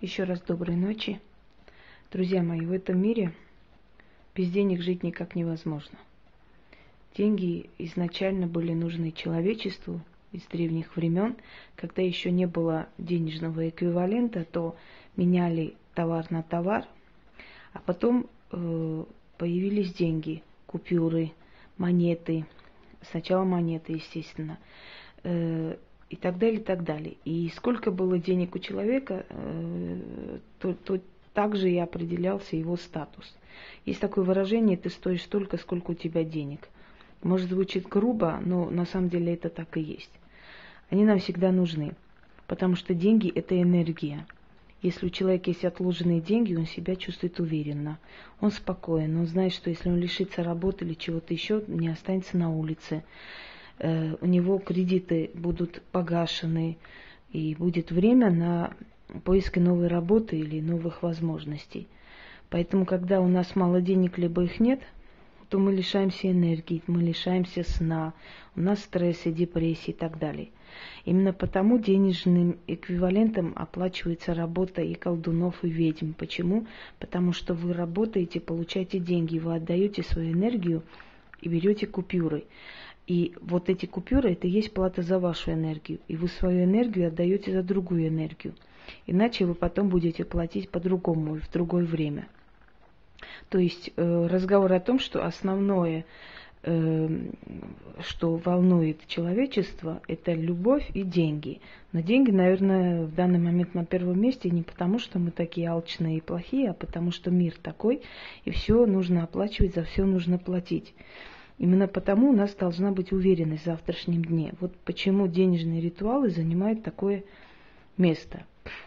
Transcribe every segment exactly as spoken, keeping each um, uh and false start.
Еще раз доброй ночи. Друзья мои, в этом мире без денег жить никак невозможно. Деньги изначально были нужны человечеству из древних времен. Когда еще не было денежного эквивалента, то меняли товар на товар, а потом э, появились деньги, купюры, монеты. Сначала монеты, естественно. Э, И так далее, и так далее. И сколько было денег у человека, то, то так же и определялся его статус. Есть такое выражение: ты стоишь столько, сколько у тебя денег. Может, звучит грубо, но на самом деле это так и есть. Они нам всегда нужны, потому что деньги – это энергия. Если у человека есть отложенные деньги, он себя чувствует уверенно, он спокоен, он знает, что если он лишится работы или чего-то еще, не останется на улице. У него кредиты будут погашены, и будет время на поиск новой работы или новых возможностей. Поэтому, когда у нас мало денег, либо их нет, то мы лишаемся энергии, мы лишаемся сна, у нас стресс и депрессия и так далее. Именно потому денежным эквивалентом оплачивается работа и колдунов, и ведьм. Почему? Потому что вы работаете, получаете деньги, вы отдаете свою энергию и берете купюры. И вот эти купюры – это и есть плата за вашу энергию. И вы свою энергию отдаете за другую энергию. Иначе вы потом будете платить по-другому, в другое время. То есть э, разговор о том, что основное, э, что волнует человечество, это любовь и деньги. Но деньги, наверное, в данный момент на первом месте не потому, что мы такие алчные и плохие, а потому что мир такой, и все нужно оплачивать, за все нужно платить. Именно потому у нас должна быть уверенность в завтрашнем дне. Вот почему денежные ритуалы занимают такое место.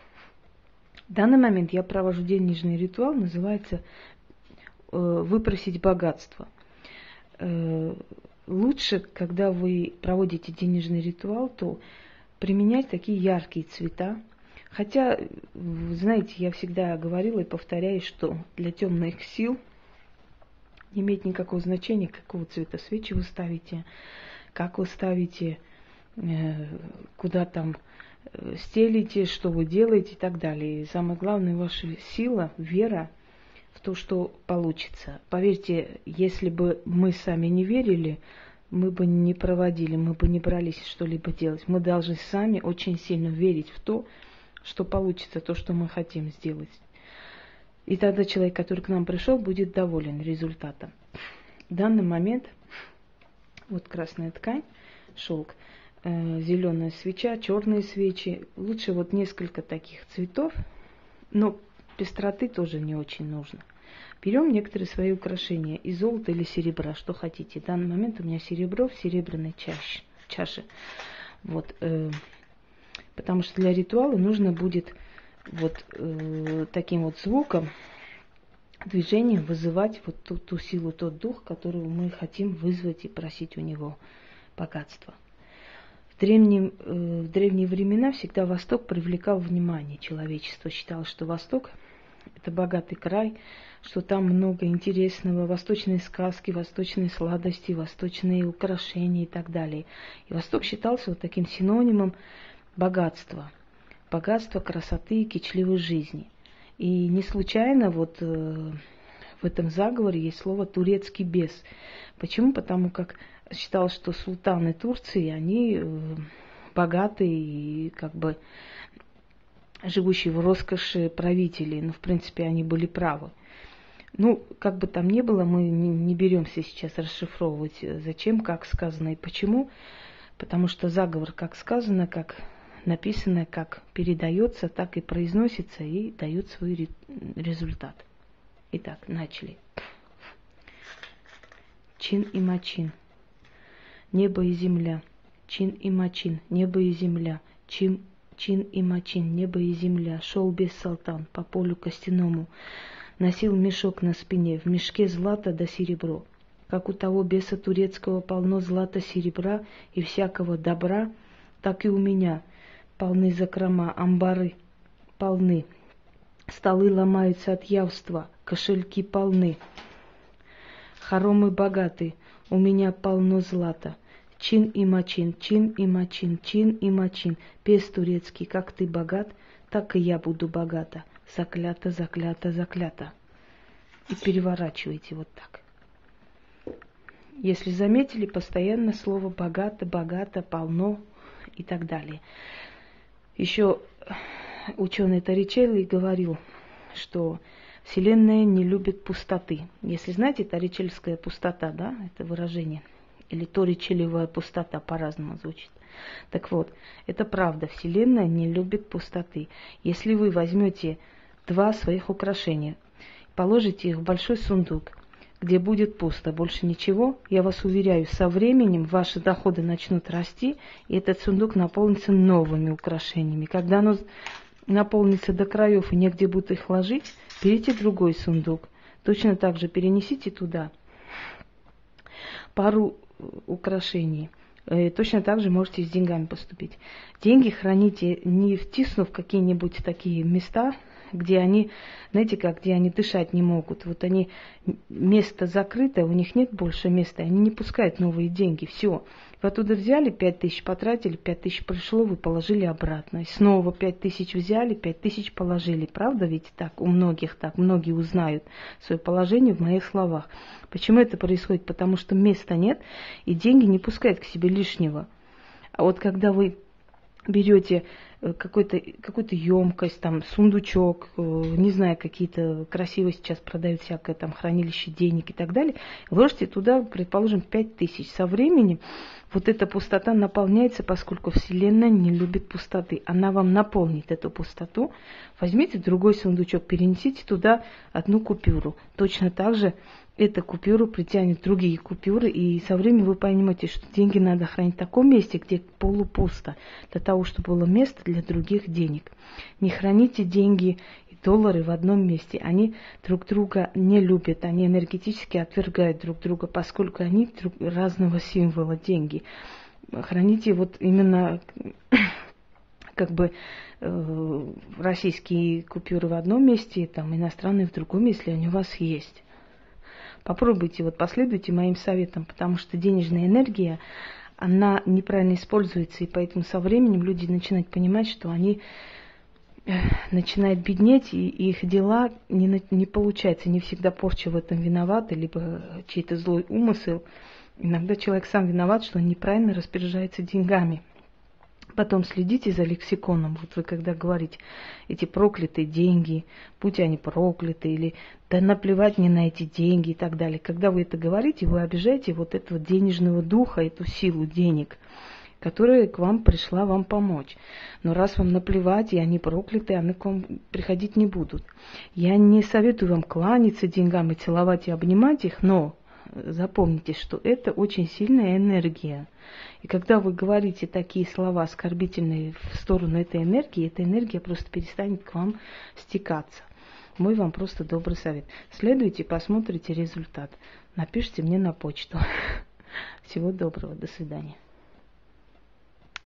В данный момент я провожу денежный ритуал, называется э, «Выпросить богатство». Э, лучше, когда вы проводите денежный ритуал, то применять такие яркие цвета. Хотя, знаете, я всегда говорила и повторяю, что для темных сил не имеет никакого значения, какого цвета свечи вы ставите, как вы ставите, куда там стелите, что вы делаете и так далее. И самое главное, ваша сила, вера в то, что получится. Поверьте, если бы мы сами не верили, мы бы не проводили, мы бы не брались что-либо делать. Мы должны сами очень сильно верить в то, что получится, то, что мы хотим сделать. И тогда человек, который к нам пришел, будет доволен результатом. В данный момент вот красная ткань, шелк, э, зеленая свеча, черные свечи. Лучше вот несколько таких цветов, но пестроты тоже не очень нужно. Берем некоторые свои украшения из золота или серебра, что хотите. В данный момент у меня серебро в серебряной чаше. чаше. Вот, э, потому что для ритуала нужно будет вот э, таким вот звуком, движением вызывать вот ту, ту силу, тот дух, которого мы хотим вызвать и просить у него богатства. В, древнем, э, в древние времена всегда Восток привлекал внимание человечества. Считалось, что Восток – это богатый край, что там много интересного, восточные сказки, восточные сладости, восточные украшения и так далее. И Восток считался вот таким синонимом богатства. Богатства, красоты и кичливой жизни. И не случайно вот э, в этом заговоре есть слово «турецкий бес». Почему? Потому как считалось, что султаны Турции, они э, богатые и как бы живущие в роскоши правители. Ну, в принципе, они были правы. Ну, как бы там ни было, мы не, не беремся сейчас расшифровывать, зачем, как сказано и почему. Потому что заговор, как сказано, как написано, как передается, так и произносится и дает свой результат. Итак, начали. Чин и мачин. Небо и земля. Чин и мачин. Небо и земля. Чин, чин и мачин. Небо и земля. Шел без салтан по полю костяному. Носил мешок на спине. В мешке злато да серебро. Как у того беса турецкого полно злата, серебра и всякого добра, так и у меня. Полны закрома, амбары полны, столы ломаются от явства, кошельки полны. Хоромы богаты, у меня полно злата. Чин и мачин, чин и мачин, чин и мачин. Бес турецкий, как ты богат, так и я буду богата. Заклято, заклято, заклято. И переворачивайте вот так. Если заметили, постоянно слово богато, богато, полно и так далее. Еще ученый Торричелли говорил, что Вселенная не любит пустоты. Если знаете, торричельская пустота, да, это выражение, или торричелевая пустота, по-разному звучит. Так вот, это правда, Вселенная не любит пустоты. Если вы возьмете два своих украшения, положите их в большой сундук, где будет пусто, больше ничего, я вас уверяю, со временем ваши доходы начнут расти, и этот сундук наполнится новыми украшениями. Когда оно наполнится до краев и негде будет их ложить, берите другой сундук. Точно так же перенесите туда пару украшений. Точно так же можете с деньгами поступить. Деньги храните, не втиснув в какие-нибудь такие места, где они, знаете как, где они дышать не могут. Вот они, место закрытое, у них нет больше места, они не пускают новые деньги. Все. Вы оттуда взяли пять тысяч, потратили, пять тысяч пришло, вы положили обратно. И снова пять тысяч взяли, пять тысяч положили. Правда ведь так? У многих так. Многие узнают свое положение в моих словах. Почему это происходит? Потому что места нет, и деньги не пускают к себе лишнего. А вот когда вы берете какой-то, какую-то емкость, там, сундучок, не знаю, какие-то красивые сейчас продают всякое, там, хранилище денег и так далее, ложите туда, предположим, пять тысяч. Со временем вот эта пустота наполняется, поскольку Вселенная не любит пустоты. Она вам наполнит эту пустоту. Возьмите другой сундучок, перенесите туда одну купюру. Точно так же эта купюра притянет другие купюры, и со временем вы поймете, что деньги надо хранить в таком месте, где полупусто, для того, чтобы было место для других денег. Не храните деньги и доллары в одном месте. Они друг друга не любят, они энергетически отвергают друг друга, поскольку они друг, разного символа деньги. Храните вот именно как бы э, российские купюры в одном месте, там иностранные в другом, если они у вас есть. Попробуйте, вот последуйте моим советам, потому что денежная энергия, она неправильно используется, и поэтому со временем люди начинают понимать, что они начинают беднеть, и их дела не, не получается, не всегда порча в этом виновата, либо чей-то злой умысел. Иногда человек сам виноват, что он неправильно распоряжается деньгами. Потом следите за лексиконом. Вот вы когда говорите эти проклятые деньги, будь они прокляты, или да наплевать мне на эти деньги и так далее. Когда вы это говорите, вы обижаете вот этого денежного духа, эту силу денег, которая к вам пришла вам помочь. Но раз вам наплевать, и они прокляты, они к вам приходить не будут. Я не советую вам кланяться деньгам и целовать и обнимать их, но запомните, что это очень сильная энергия. И когда вы говорите такие слова оскорбительные в сторону этой энергии, эта энергия просто перестанет к вам стекаться. Мой вам просто добрый совет. Следуйте, посмотрите результат. Напишите мне на почту. Всего доброго. До свидания.